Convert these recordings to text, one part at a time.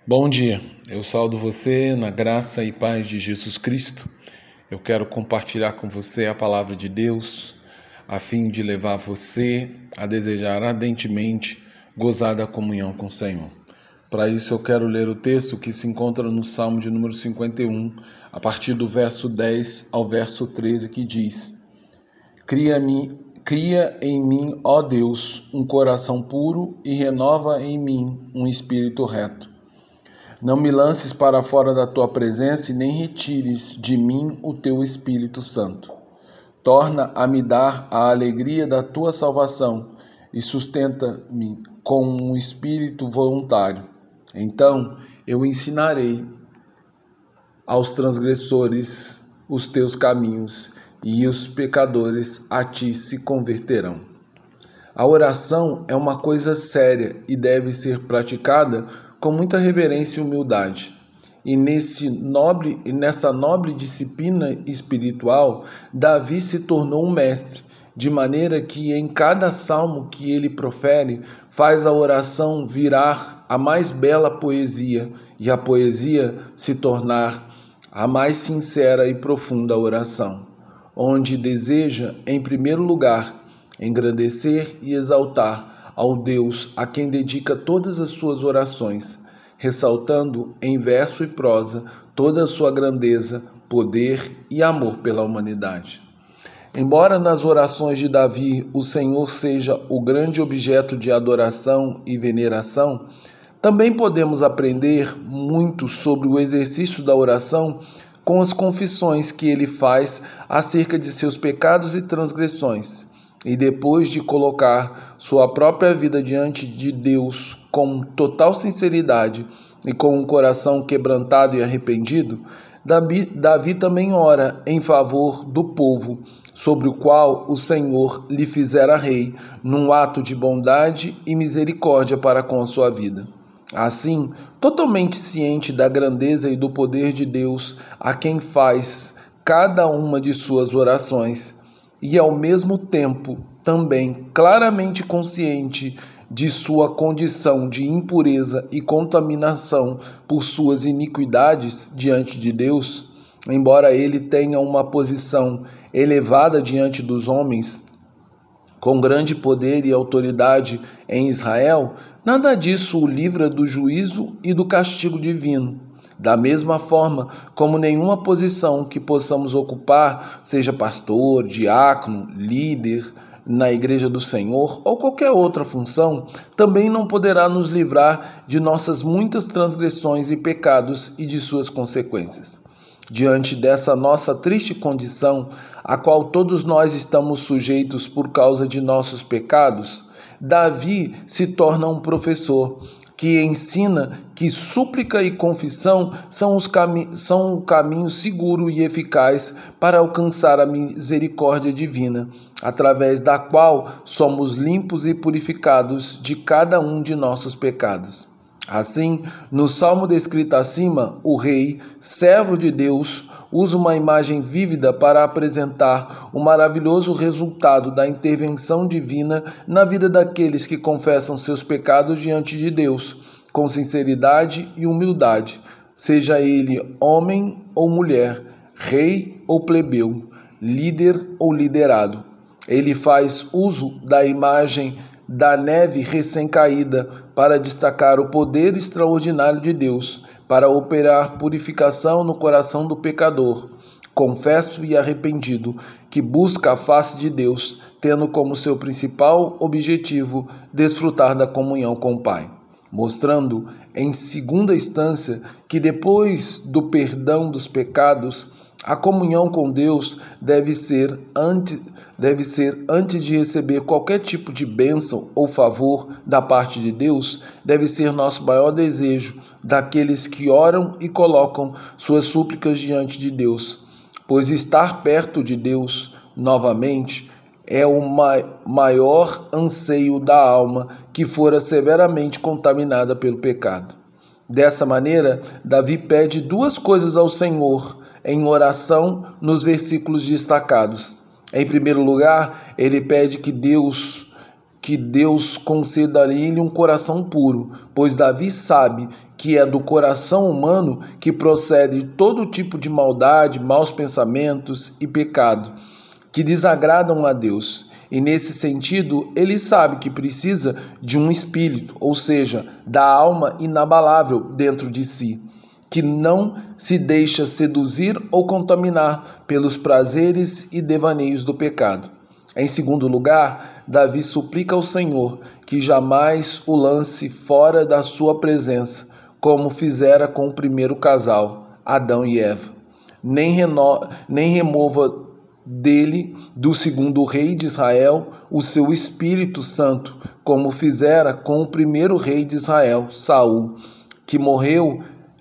Bom dia, eu saúdo você na graça e paz de Jesus Cristo. Eu quero compartilhar com você a palavra de Deus, a fim de levar você a desejar ardentemente gozar da comunhão com o Senhor. Para isso eu quero ler o texto que se encontra no Salmo de número 51, a partir do verso 10 ao verso 13, que diz: Cria em mim, ó Deus, um coração puro e renova em mim um espírito reto. Não me lances para fora da tua presença e nem retires de mim o teu Espírito Santo. Torna a me dar a alegria da tua salvação e sustenta-me com um espírito voluntário. Então eu ensinarei aos transgressores os teus caminhos e os pecadores a ti se converterão. A oração é uma coisa séria e deve ser praticada com muita reverência e humildade. E nessa nobre disciplina espiritual, Davi se tornou um mestre, de maneira que em cada salmo que ele profere, faz a oração virar a mais bela poesia e a poesia se tornar a mais sincera e profunda oração, onde deseja, em primeiro lugar, engrandecer e exaltar ao Deus a quem dedica todas as suas orações, ressaltando em verso e prosa toda a sua grandeza, poder e amor pela humanidade. Embora nas orações de Davi o Senhor seja o grande objeto de adoração e veneração, também podemos aprender muito sobre o exercício da oração com as confissões que ele faz acerca de seus pecados e transgressões. E depois de colocar sua própria vida diante de Deus com total sinceridade e com um coração quebrantado e arrependido, Davi também ora em favor do povo, sobre o qual o Senhor lhe fizera rei, num ato de bondade e misericórdia para com a sua vida. Assim, totalmente ciente da grandeza e do poder de Deus a quem faz cada uma de suas orações, e ao mesmo tempo também claramente consciente de sua condição de impureza e contaminação por suas iniquidades diante de Deus, embora ele tenha uma posição elevada diante dos homens, com grande poder e autoridade em Israel, nada disso o livra do juízo e do castigo divino. Da mesma forma como nenhuma posição que possamos ocupar, seja pastor, diácono, líder na Igreja do Senhor ou qualquer outra função, também não poderá nos livrar de nossas muitas transgressões e pecados e de suas consequências. Diante dessa nossa triste condição, a qual todos nós estamos sujeitos por causa de nossos pecados, Davi se torna um professor que ensina que súplica e confissão são o caminho seguro e eficaz para alcançar a misericórdia divina, através da qual somos limpos e purificados de cada um de nossos pecados. Assim, no salmo descrito acima, o rei, servo de Deus, usa uma imagem vívida para apresentar o maravilhoso resultado da intervenção divina na vida daqueles que confessam seus pecados diante de Deus, com sinceridade e humildade, seja ele homem ou mulher, rei ou plebeu, líder ou liderado. Ele faz uso da imagem da neve recém-caída para destacar o poder extraordinário de Deus, para operar purificação no coração do pecador, confesso e arrependido, que busca a face de Deus, tendo como seu principal objetivo desfrutar da comunhão com o Pai, mostrando, em segunda instância, que depois do perdão dos pecados, a comunhão com Deus deve ser antes de receber qualquer tipo de bênção ou favor da parte de Deus, deve ser nosso maior desejo daqueles que oram e colocam suas súplicas diante de Deus, pois estar perto de Deus novamente é o maior anseio da alma que fora severamente contaminada pelo pecado. Dessa maneira, Davi pede duas coisas ao Senhor em oração nos versículos destacados. Em primeiro lugar, ele pede que Deus conceda a ele um coração puro, pois Davi sabe que é do coração humano que procede todo tipo de maldade, maus pensamentos e pecado, que desagradam a Deus. E nesse sentido, ele sabe que precisa de um espírito, ou seja, da alma inabalável dentro de si, que não se deixa seduzir ou contaminar pelos prazeres e devaneios do pecado. Em segundo lugar, Davi suplica ao Senhor que jamais o lance fora da sua presença, como fizera com o primeiro casal, Adão e Eva. Nem remova dele, do segundo rei de Israel, o seu Espírito Santo, como fizera com o primeiro rei de Israel, Saul, que morreu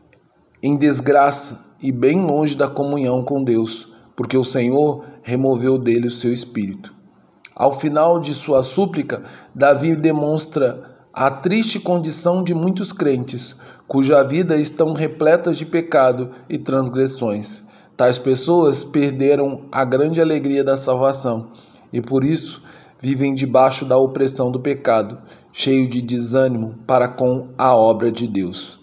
em desgraça e bem longe da comunhão com Deus, porque o Senhor removeu dele o seu espírito. Ao final de sua súplica, Davi demonstra a triste condição de muitos crentes, cuja vida estão repletas de pecado e transgressões. Tais pessoas perderam a grande alegria da salvação e por isso vivem debaixo da opressão do pecado, cheio de desânimo para com a obra de Deus.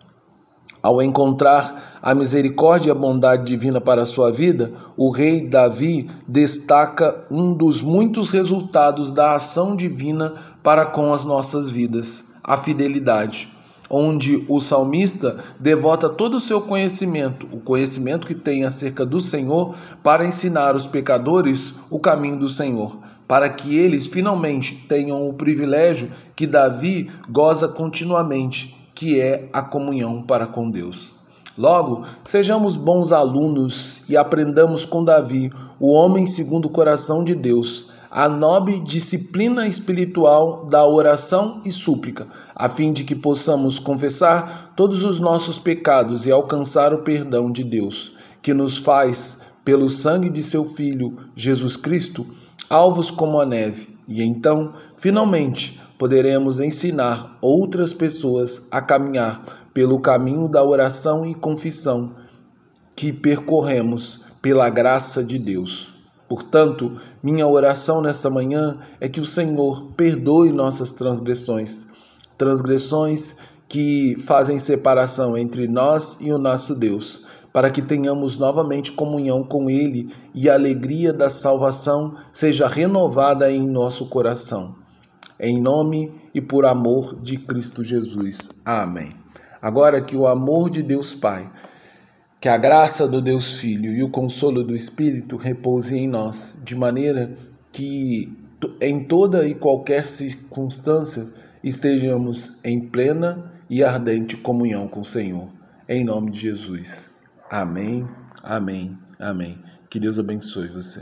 Ao encontrar a misericórdia e a bondade divina para a sua vida, o rei Davi destaca um dos muitos resultados da ação divina para com as nossas vidas, a fidelidade, onde o salmista devota todo o seu conhecimento, o conhecimento que tem acerca do Senhor, para ensinar os pecadores o caminho do Senhor, para que eles finalmente tenham o privilégio que Davi goza continuamente, que é a comunhão para com Deus. Logo, sejamos bons alunos e aprendamos com Davi, o homem segundo o coração de Deus, a nobre disciplina espiritual da oração e súplica, a fim de que possamos confessar todos os nossos pecados e alcançar o perdão de Deus, que nos faz, pelo sangue de seu Filho, Jesus Cristo, alvos como a neve, e então, finalmente, poderemos ensinar outras pessoas a caminhar pelo caminho da oração e confissão que percorremos pela graça de Deus. Portanto, minha oração nesta manhã é que o Senhor perdoe nossas transgressões, transgressões que fazem separação entre nós e o nosso Deus, para que tenhamos novamente comunhão com Ele e a alegria da salvação seja renovada em nosso coração. Em nome e por amor de Cristo Jesus. Amém. Agora que o amor de Deus Pai, que a graça do Deus Filho e o consolo do Espírito repousem em nós, de maneira que em toda e qualquer circunstância estejamos em plena e ardente comunhão com o Senhor. Em nome de Jesus. Amém, amém, amém. Que Deus abençoe você.